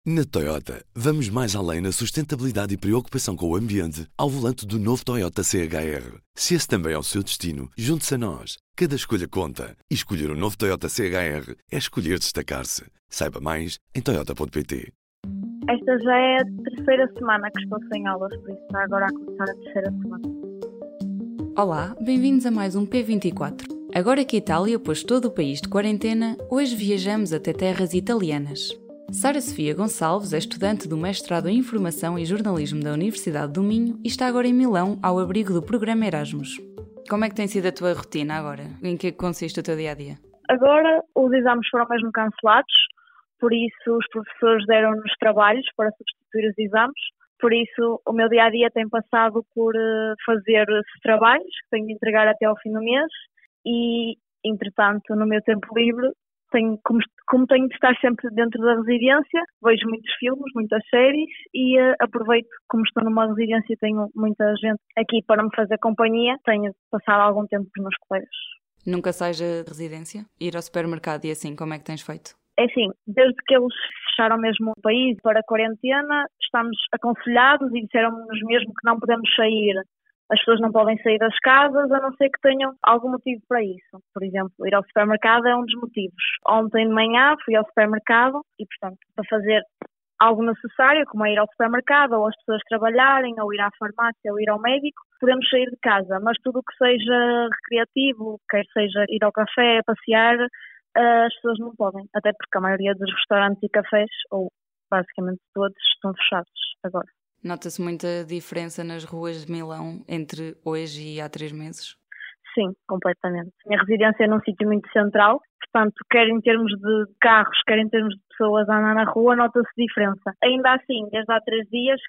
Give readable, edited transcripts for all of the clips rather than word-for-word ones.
Na Toyota, vamos mais além na sustentabilidade e preocupação com o ambiente ao volante do novo Toyota CHR. Se esse também é o seu destino, junte-se a nós. Cada escolha conta. E escolher o novo Toyota CHR é escolher destacar-se. Saiba mais em toyota.pt. Esta já é a terceira semana que estou sem aulas, por isso está agora a começar a terceira semana. Olá, bem-vindos a mais um P24. Agora que a Itália pôs todo o país de quarentena, hoje viajamos até terras italianas. Sara Sofia Gonçalves é estudante do mestrado em Informação e Jornalismo da Universidade do Minho e está agora em Milão, ao abrigo do programa Erasmus. Como é que tem sido a tua rotina agora? Em que consiste o teu dia-a-dia? Agora os exames foram mesmo cancelados, por isso os professores deram-nos trabalhos para substituir os exames. Por isso o meu dia-a-dia tem passado por fazer trabalhos que tenho de entregar até ao fim do mês e, entretanto, no meu tempo livre, como tenho de estar sempre dentro da residência, vejo muitos filmes, muitas séries e aproveito, como estou numa residência e tenho muita gente aqui para me fazer companhia, tenho passado algum tempo com os meus colegas. Nunca sais da residência? Ir ao supermercado e assim, como é que tens feito? É assim, desde que eles fecharam mesmo o país para a quarentena, estamos aconselhados e disseram-nos mesmo que não podemos sair. As pessoas não podem sair das casas a não ser que tenham algum motivo para isso. Por exemplo, ir ao supermercado é um dos motivos. Ontem de manhã fui ao supermercado e, portanto, para fazer algo necessário, como é ir ao supermercado, ou as pessoas trabalharem, ou ir à farmácia, ou ir ao médico, podemos sair de casa. Mas tudo o que seja recreativo, quer seja ir ao café, passear, as pessoas não podem. Até porque a maioria dos restaurantes e cafés, ou basicamente todos, estão fechados agora. Nota-se muita diferença nas ruas de Milão entre hoje e há 3 meses? Sim, completamente. A minha residência é num sítio muito central, portanto, quer em termos de carros, quer em termos de pessoas a andar na rua, nota-se diferença. Ainda assim, desde há 3 dias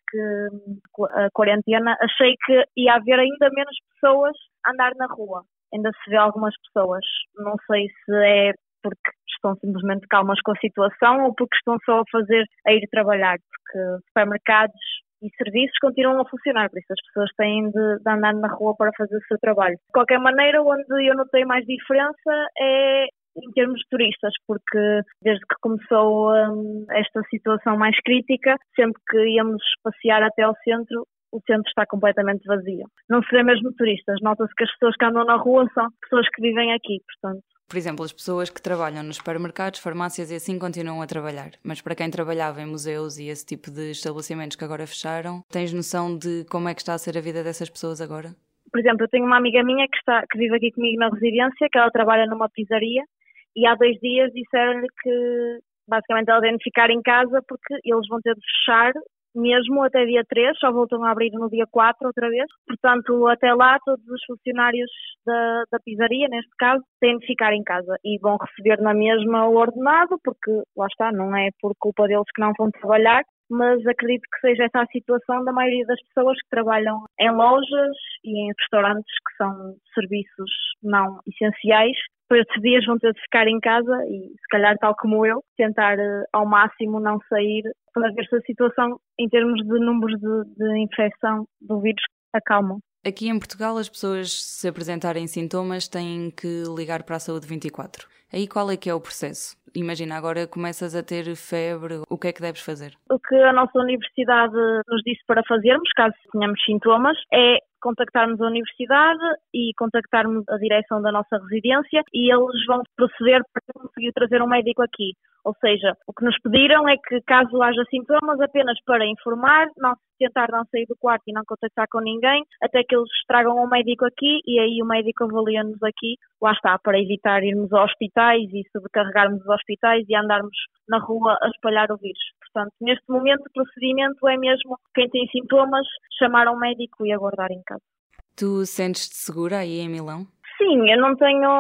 que a quarentena, achei que ia haver ainda menos pessoas a andar na rua. Ainda se vê algumas pessoas. Não sei se é porque estão simplesmente calmas com a situação ou porque estão só a ir trabalhar, porque supermercados e serviços continuam a funcionar, por isso as pessoas têm de andar na rua para fazer o seu trabalho. De qualquer maneira, onde eu notei mais diferença é em termos de turistas, porque desde que começou esta situação mais crítica, sempre que íamos passear até ao centro, o centro está completamente vazio. Não se vê mesmo turistas, nota-se que as pessoas que andam na rua são pessoas que vivem aqui, portanto. Por exemplo, as pessoas que trabalham nos supermercados, farmácias e assim continuam a trabalhar. Mas para quem trabalhava em museus e esse tipo de estabelecimentos que agora fecharam, tens noção de como é que está a ser a vida dessas pessoas agora? Por exemplo, eu tenho uma amiga minha que vive aqui comigo na residência, que ela trabalha numa pizzaria e há 2 dias disseram-lhe que basicamente ela deve ficar em casa porque eles vão ter de fechar mesmo até dia 3, só voltam a abrir no dia 4 outra vez. Portanto, até lá todos os funcionários da pizzaria, neste caso, têm de ficar em casa e vão receber na mesma o ordenado, porque lá está, não é por culpa deles que não vão trabalhar, mas acredito que seja essa a situação da maioria das pessoas que trabalham em lojas e em restaurantes que são serviços não essenciais. Por estes dias vão ter de ficar em casa e, se calhar, tal como eu, tentar ao máximo não sair para ver se a situação, em termos de números de infecção do vírus, acalmam. Aqui em Portugal, as pessoas, se apresentarem sintomas, têm que ligar para a Saúde 24. Aí qual é que é o processo? Imagina, agora começas a ter febre, o que é que deves fazer? O que a nossa universidade nos disse para fazermos, caso tenhamos sintomas, é contactarmos a universidade e contactarmos a direção da nossa residência e eles vão proceder para conseguir trazer um médico aqui. Ou seja, o que nos pediram é que, caso haja sintomas, apenas para informar, tentar não sair do quarto e não contactar com ninguém, até que eles tragam um médico aqui e aí o médico avalia-nos aqui, lá está, para evitar irmos a hospitais e sobrecarregarmos os hospitais e andarmos na rua a espalhar o vírus. Portanto, neste momento o procedimento é mesmo quem tem sintomas, chamar um médico e aguardar em casa. Tu sentes-te segura aí em Milão? Sim, eu não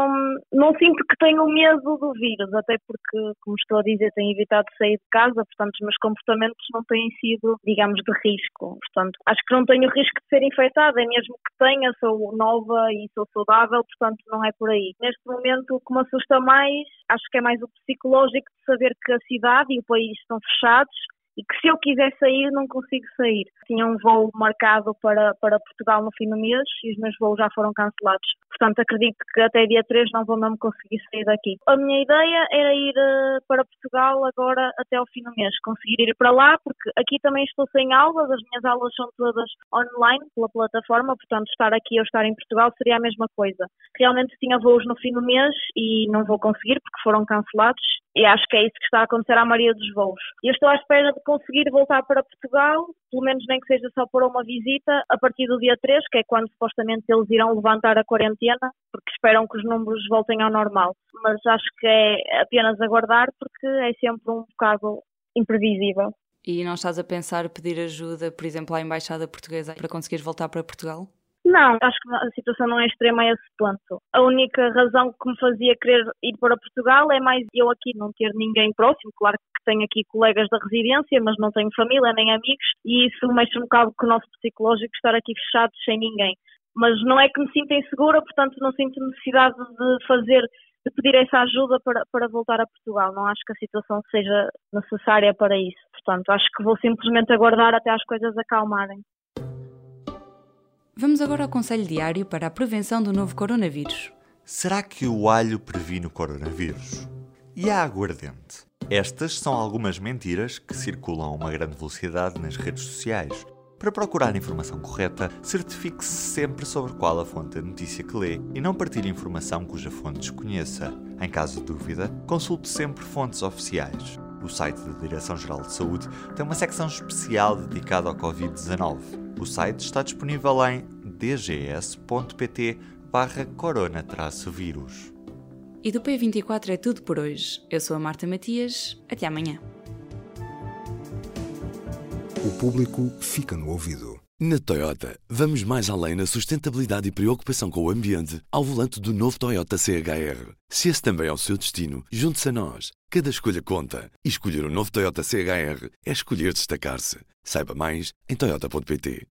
sinto que tenho medo do vírus, até porque, como estou a dizer, tenho evitado sair de casa, portanto os meus comportamentos não têm sido, digamos, de risco. Portanto, acho que não tenho risco de ser infectada, é mesmo que tenha, sou nova e sou saudável, portanto não é por aí. Neste momento o que me assusta mais, acho que é mais o psicológico de saber que a cidade e o país estão fechados e que se eu quiser sair não consigo sair. Tinha um voo marcado para Portugal no fim do mês e os meus voos já foram cancelados. Portanto, acredito que até dia 3 não vou mesmo conseguir sair daqui. A minha ideia era ir para Portugal agora até ao fim do mês, conseguir ir para lá, porque aqui também estou sem aulas, as minhas aulas são todas online pela plataforma, portanto estar aqui ou estar em Portugal seria a mesma coisa. Realmente tinha voos no fim do mês e não vou conseguir porque foram cancelados e acho que é isso que está a acontecer à maioria dos voos. Eu estou à espera de conseguir voltar para Portugal, pelo menos nem que seja só por uma visita, a partir do dia 3, que é quando supostamente eles irão levantar a quarentena, porque esperam que os números voltem ao normal. Mas acho que é apenas aguardar porque é sempre um bocado imprevisível. E não estás a pensar pedir ajuda, por exemplo, à Embaixada Portuguesa para conseguires voltar para Portugal? Não, acho que a situação não é extrema a esse ponto. A única razão que me fazia querer ir para Portugal é mais eu aqui não ter ninguém próximo. Claro que tenho aqui colegas da residência, mas não tenho família nem amigos e isso mexe um bocado com o nosso psicológico estar aqui fechados sem ninguém. Mas não é que me sinta insegura, portanto não sinto necessidade de pedir essa ajuda para voltar a Portugal. Não acho que a situação seja necessária para isso. Portanto, acho que vou simplesmente aguardar até as coisas acalmarem. Vamos agora ao conselho diário para a prevenção do novo coronavírus. Será que o alho previne o coronavírus? E a aguardente? Estas são algumas mentiras que circulam a uma grande velocidade nas redes sociais. Para procurar a informação correta, certifique-se sempre sobre qual a fonte da notícia que lê e não partilhe informação cuja fonte desconheça. Em caso de dúvida, consulte sempre fontes oficiais. O site da Direção-Geral de Saúde tem uma secção especial dedicada ao Covid-19. O site está disponível em dgs.pt/corona-vírus. E do P24 é tudo por hoje. Eu sou a Marta Matias. Até amanhã. O público fica no ouvido. Na Toyota, vamos mais além na sustentabilidade e preocupação com o ambiente ao volante do novo Toyota CHR. Se esse também é o seu destino, junte-se a nós. Cada escolha conta. E escolher o novo Toyota CHR é escolher destacar-se. Saiba mais em toyota.pt.